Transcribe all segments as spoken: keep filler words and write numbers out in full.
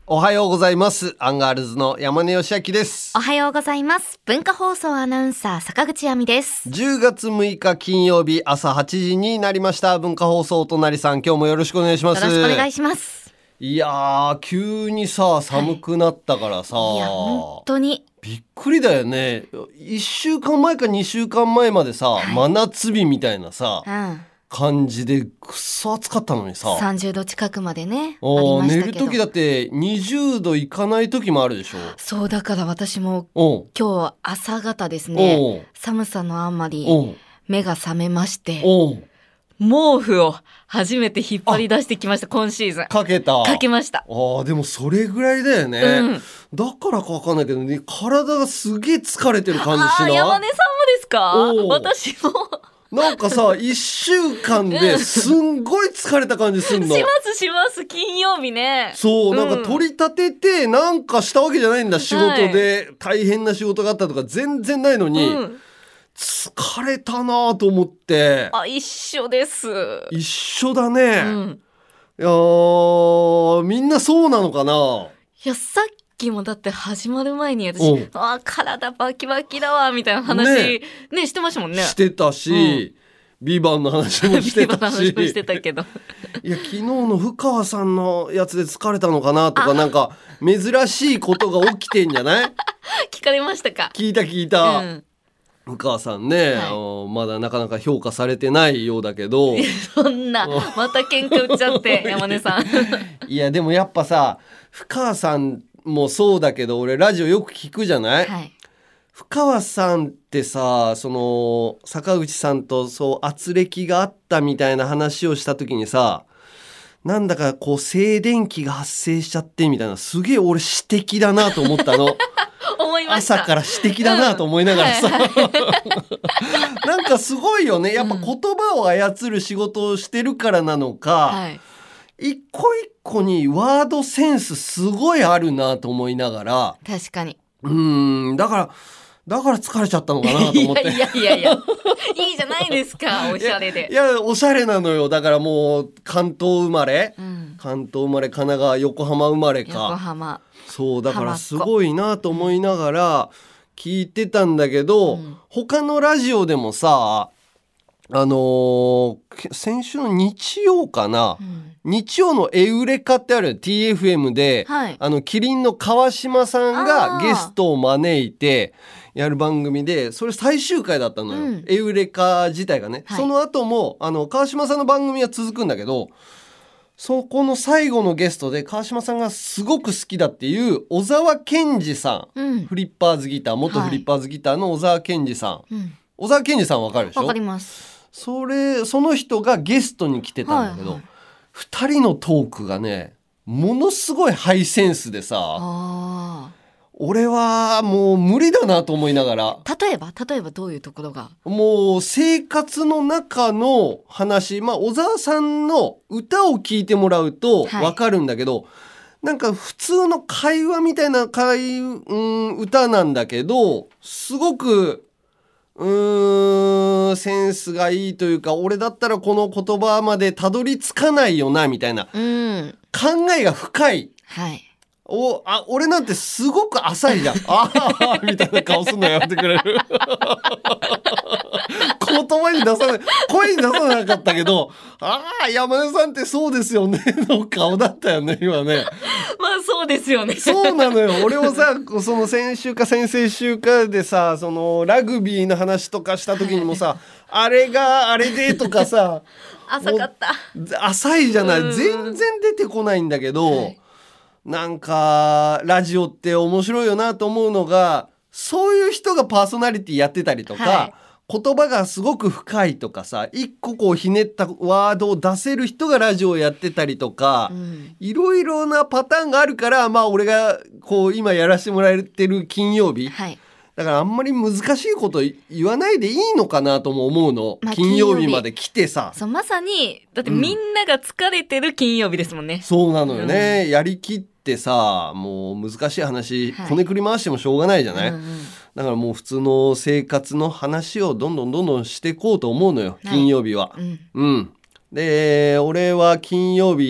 おはようございます。アンガールズの山根義明です。 おはようございます。文化放送アナウンサー坂口亜美です。 じゅうがつむいか金曜日朝はちじになりました。文化放送お隣さん、今日もよろしくお願いします。 よろしくお願いします。 いやー急にさ寒くなったからさ、 はい、いや本当にびっくりだよね。いっしゅうかんまえかにしゅうかんまえまでさ、はい、真夏日みたいなさ、うん感じでくっそ暑かったのにささんじゅうど近くまでねありましたけど、 寝る時だってにじゅうどいかない時もあるでしょ。 そうだから私も今日朝方ですね、寒さのあまり目が覚めまして、毛布を初めて引っ張り出してきました。今シーズンかけたかけました。 あでもそれぐらいだよね、うん、だからかわかんないけどね、体がすげえ疲れてる感じしない？ あ山根さんもですか？私もなんかさいっしゅうかんですんごい疲れた感じすんの。 しますします。金曜日ね。 そうなんか取り立ててなんかしたわけじゃないんだ、仕事で大変な仕事があったとか全然ないのに、うん、疲れたなと思って。 あ一緒です。 一緒だね、うん、いやみんなそうなのかな。 いやさっきもだって始まる前に私あ体バキバキだわみたいな話 ね, ねしてましたもんね。 してたし、うん、ビバンの話もしてたしビバンの話もしてたけどいや昨日の深川さんのやつで疲れたのかなとか、なんか珍しいことが起きてんじゃない聞かれましたか？ 聞いた聞いた、うん、深川さんね、はい、まだなかなか評価されてないようだけどそんなまた喧嘩売っちゃって山根さんいやでもやっぱさ深川さんもそうだけど俺ラジオよく聞くじゃない、はい、深川さんってさその坂口さんとそう圧力があったみたいな話をした時にさ、なんだかこう静電気が発生しちゃってみたいな、すげえ俺私的だなと思ったの思いました。 朝から私的だなと思いながらさ、うんはいはい、なんかすごいよね。やっぱ言葉を操る仕事をしてるからなのか、はい、一個一個にワードセンスすごいあるなと思いながら。 確かに。 うーんだからだから疲れちゃったのかなと思っていやいやいやいいじゃないですかおしゃれで。 いや、いやおしゃれなのよ。だからもう関東生まれ、うん、関東生まれ神奈川横浜生まれか。 横浜そうだからすごいなと思いながら聞いてたんだけど、うん、他のラジオでもさあのー、先週の日曜かな、うん、日曜のエウレカってある ティーエフエム で、はい、あのキリンの川島さんがゲストを招いてやる番組で、それ最終回だったのよ、うん、エウレカ自体がね、はい、その後もあの川島さんの番組は続くんだけど、そこの最後のゲストで川島さんがすごく好きだっていう小沢健二さん、うん、フリッパーズギター元フリッパーズギターの小沢健二さん、はい、小沢健二さんわかるでしょ？ わかります。 それその人がゲストに来てたんだけど、はいはい、ふたりのトークがねものすごいハイセンスでさ、あ俺はもう無理だなと思いながら。 例えば例えばどういうところが？ もう生活の中の話、まあ小沢さんの歌を聴いてもらうと分かるんだけど、はい、なんか普通の会話みたいな会、うん、歌なんだけどすごくうーんセンスがいいというか、俺だったらこの言葉までたどり着かないよなみたいな、うん、考えが深い、はい、おあ俺なんてすごく浅いじゃんああみたいな顔すんのやめてくれる言葉に出さない声に出さなかったけど、ああ山根さんってそうですよねの顔だったよね今ね。 まあそうですよね。 そうなのよ。俺もさその先週か先々週かでさそのラグビーの話とかした時にもさあれがあれでとかさ浅かった浅いじゃない、全然出てこないんだけど、はい、なんかラジオって面白いよなと思うのが、そういう人がパーソナリティやってたりとか、はい、言葉がすごく深いとかさ、一個こうひねったワードを出せる人がラジオをやってたりとか、いろいろなパターンがあるから、まあ俺がこう今やらせてもらえてる金曜日、はい、だからあんまり難しいこと言わないでいいのかなとも思うの、まあ、金曜日まで来てさ。 そうまさにだってみんなが疲れてる金曜日ですもんね、うん、 そうなのよね、うん、やりきってさもう難しい話、はい、こねくり回してもしょうがないじゃない、うんうん、だからもう普通の生活の話をどんどんどんどんしていこうと思うのよ、金曜日は、はい、うん、うん、で俺は金曜日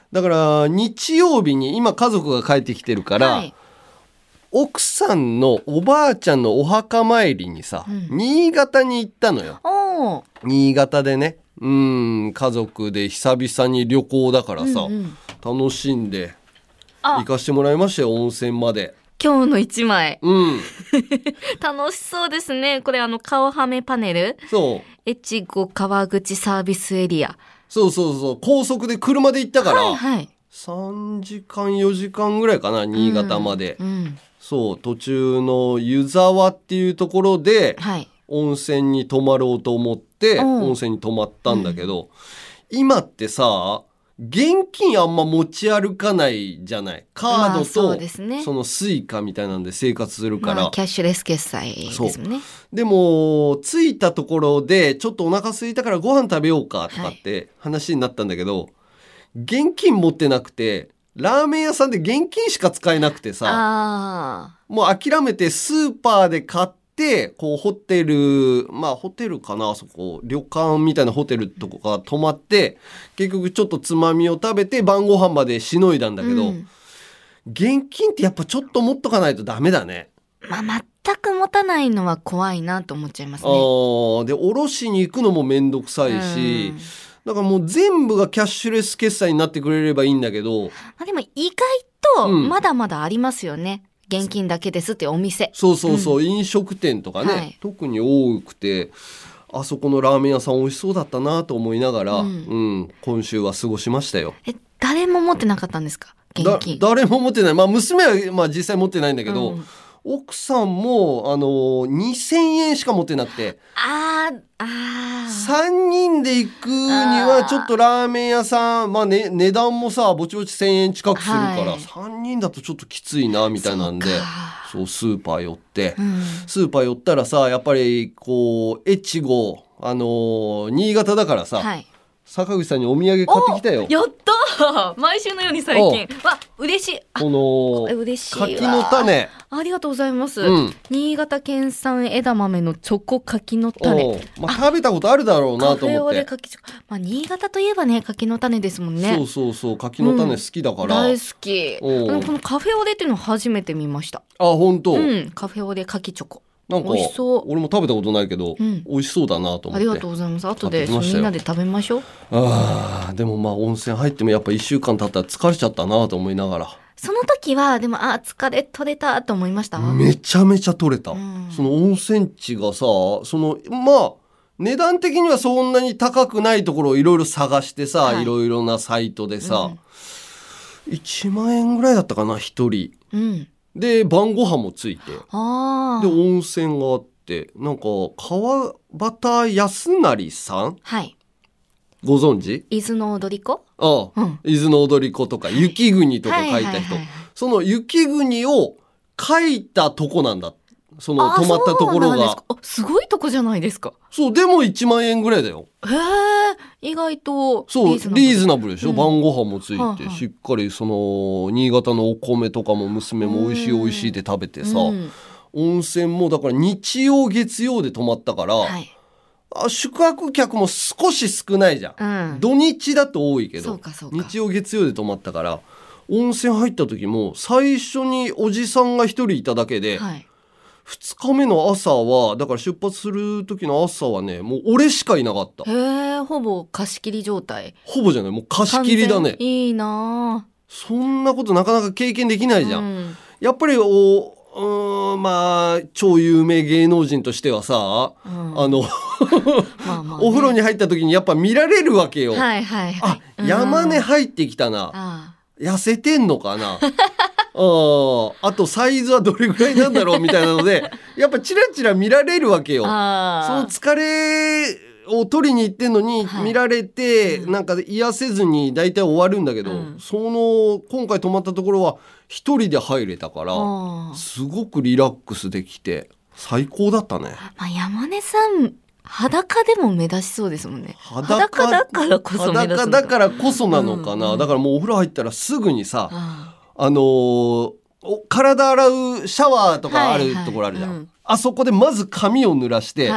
だから日曜日に今家族が帰ってきてるから、はい、奥さんのおばあちゃんのお墓参りにさ、うん、新潟に行ったのよ。新潟でね、うん家族で久々に旅行だからさ、うんうん、楽しんで行かしてもらいましたよ、温泉まで。 今日の一枚、 うん、 楽しそうですね。これあの顔はめパネル、 そう越後川口サービスエリア、 そうそうそう、高速で車で行ったから、 はいはい、 さんじかんよじかんぐらいかな、新潟まで、 うんうん、 そう途中の湯沢っていうところで、はい、温泉に泊まろうと思って温泉に泊まったんだけど、うん、今ってさ現金あんま持ち歩かないじゃない。カードと、まあそうですね、そのスイカみたいなんで生活するから、まあ、キャッシュレス決済ですもんね。 でも着いたところでちょっとお腹空いたからご飯食べようかとかって話になったんだけど、はい、現金持ってなくてラーメン屋さんで現金しか使えなくてさ、 あもう諦めてスーパーで買ってでこうホテルまあホテルかな、そこ旅館みたいなホテルとか泊まって結局ちょっとつまみを食べて晩ご飯までしのいだんだけど、うん、現金ってやっぱちょっと持っとかないとダメだね。 まあ全く持たないのは怖いなと思っちゃいますね。 あでおろしに行くのもめんどくさいし、うん、だからもう全部がキャッシュレス決済になってくれればいいんだけど、まあ、でも意外とまだまだありますよね、うん現金だけですってお店。 そうそうそう、うん、飲食店とかね、はい、特に多くてあそこのラーメン屋さん美味しそうだったなと思いながら、うんうん、今週は過ごしましたよ。 え誰も持ってなかったんですか現金。 だ誰も持ってない、まあ、娘は、まあ、実際持ってないんだけど、うん、奥さんもあのにせんえんしか持ってなくて、 あーあーさんにんで行くにはちょっとラーメン屋さん、まあね、値段もさぼちぼちせんえん近くするから、はい、さんにんだとちょっときついなみたいなんで、そうスーパー寄って、うん、スーパー寄ったらさやっぱりこう越後、あのー、新潟だからさ、はい、坂口さんにお土産買ってきたよ。 やった毎週のように最近。わ嬉しい。 この嬉しいわ柿の種、 ありがとうございます、うん、新潟県産枝豆のチョコ柿の種、 まあ、食べたことあるだろうなと思って。カフェオレ柿、まあ、新潟といえばね柿の種ですもんね。 そうそうそう柿の種好きだから、 うん、大好き。このカフェオレっていうのを初めて見ました。 あ本当、 うん、カフェオレ柿チョコなんか美味しそう。 俺も食べたことないけど、うん、美味しそうだなと思って。 ありがとうございます。後でみんなで食べましょう。 あでもまあ温泉入ってもやっぱいっしゅうかん経ったら疲れちゃったなと思いながら、 その時はでもあ疲れ取れたと思いました。 めちゃめちゃ取れた、うん、その温泉地がさそのまあ値段的にはそんなに高くないところをいろいろ探してさ、はい、いろいろなサイトでさ、うん、いちまんえんぐらいだったかなひとり、うんで晩ご飯もついて、あで温泉があって、なんか川端康成さん、 はい、 ご存知？ 伊豆の踊り子？ ああ、うん、伊豆の踊り子とか雪国とか書いた人、その雪国を書いたとこなんだ。その泊まったところがす, あすごいとこじゃないですか。 そうでもいちまんえんぐらいだよ。 へえ意外とそうリーズナブルでしょ、うん、晩ご飯もついて、はあはあ、しっかりその新潟のお米とかも娘も美味しい美味しいって食べてさ、うん、温泉もだから日曜月曜で泊まったから、はい、あ宿泊客も少し少ないじゃん、うん、土日だと多いけどそうかそうか日曜月曜で泊まったから温泉入った時も最初におじさんが一人いただけで、はいふつかめの朝はだから出発する時の朝はねもう俺しかいなかった。 へえほぼ貸し切り状態。 ほぼじゃないもう貸し切りだね。 いいなそんなことなかなか経験できないじゃん、うん、やっぱりおうーんまあ超有名芸能人としてはさ、うん、あのまあまあ、ね、お風呂に入った時にやっぱ見られるわけよ、 はいはいはい、 あ、うん、山根入ってきたな、あ痩せてんのかなあ, あとサイズはどれぐらいなんだろうみたいなのでやっぱチラチラ見られるわけよ。あその疲れを取りに行ってんのに見られて、はい、なんか癒せずに大体終わるんだけど、うん、その今回泊まったところは一人で入れたからすごくリラックスできて最高だったね。 まあ、山根さん裸でも目立ちそうですもんね。 裸, 裸だからこそ目立つのか。 裸だからこそなのかな、うんうん、だからもうお風呂入ったらすぐにさああのー、体洗うシャワーとかあるところあるじゃん、はいはいうん、あそこでまず髪を濡らして、はい、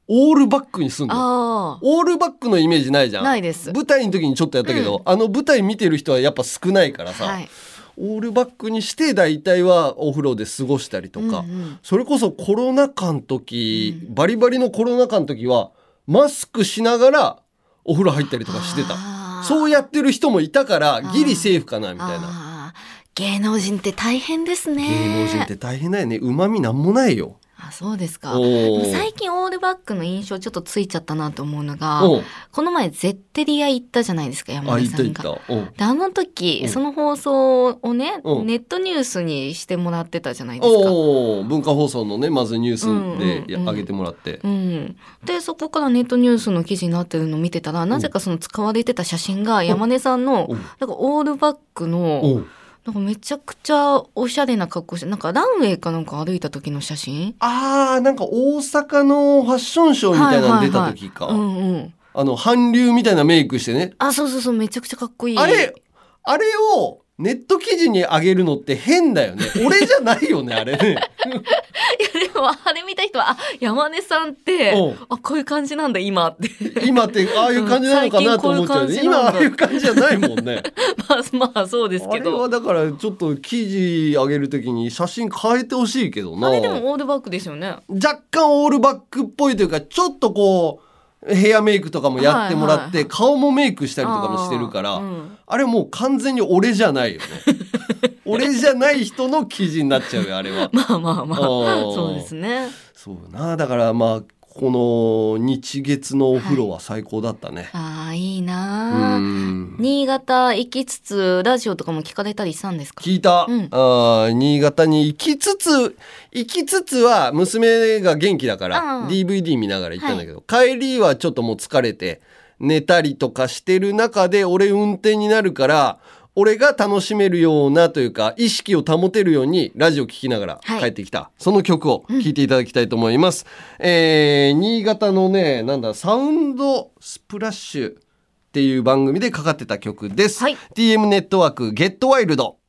オールバックにすんの。 あオールバックのイメージないじゃん。 ないです。 舞台の時にちょっとやったけど、うん、あの舞台見てる人はやっぱ少ないからさ、はい、オールバックにして大体はお風呂で過ごしたりとか、うんうん、それこそコロナ禍の時、うん、バリバリのコロナ禍の時はマスクしながらお風呂入ったりとかしてた。そうやってる人もいたからギリセーフかなみたいな。 芸能人って大変ですね。 芸能人って大変だよね。うまみなんもないよ。 あ、そうですか。最近オールバックの印象ちょっとついちゃったなと思うのが、この前ゼッテリア行ったじゃないですか、山根さんが。あ、行った行った。で、あの時その放送をね、ネットニュースにしてもらってたじゃないですか。 文化放送のね、まずニュースで上げてもらって、 うんうんうん、でそこからネットニュースの記事になってるのを見てたら、なぜかその使われてた写真が山根さんのなんかオールバックのなんかめちゃくちゃおしゃれな格好して、なんかランウェイかなんか歩いた時の写真。 あー、なんか大阪のファッションショーみたいなの出た時か、はいはいはい、うんうん、あの韓流みたいなメイクしてね。 あ、そうそうそう、めちゃくちゃかっこいい。 あれあれをネット記事に上げるのって変だよね。俺じゃないよねあれね。いやでもあれ見た人は、あ、山根さんってあこういう感じなんだ今って。 今ってああいう感じなのかなと思っちゃうね。今ああいう感じじゃないもんね。 まあまあそうですけど。 あれはだからちょっと記事上げるときに写真変えてほしいけどな。 あれでもオールバックですよね。 若干オールバックっぽいというか、ちょっとこうヘアメイクとかもやってもらって、はいはい、顔もメイクしたりとかもしてるから、あ,、うん、あれもう完全に俺じゃないよね。俺じゃない人の記事になっちゃうよあれは。 まあまあまあそうですね。 そうな、だからまあこの日月のお風呂は最高だったね。 はい、ああいいな。新潟行きつつラジオとかも聞かれたりしたんですか？ 聞いた、うん、あ新潟に行きつつ行きつつは娘が元気だから、うん、ディーブイディー 見ながら行ったんだけど、はい、帰りはちょっともう疲れて寝たりとかしてる中で、俺運転になるから俺が楽しめるようなというか意識を保てるようにラジオ聞きながら帰ってきた、はい、その曲を聴いていただきたいと思います、うん、えー、新潟のね、なんだサウンドスプラッシュっていう番組でかかってた曲です、はい、ティーエム ネットワークゲットワイルド。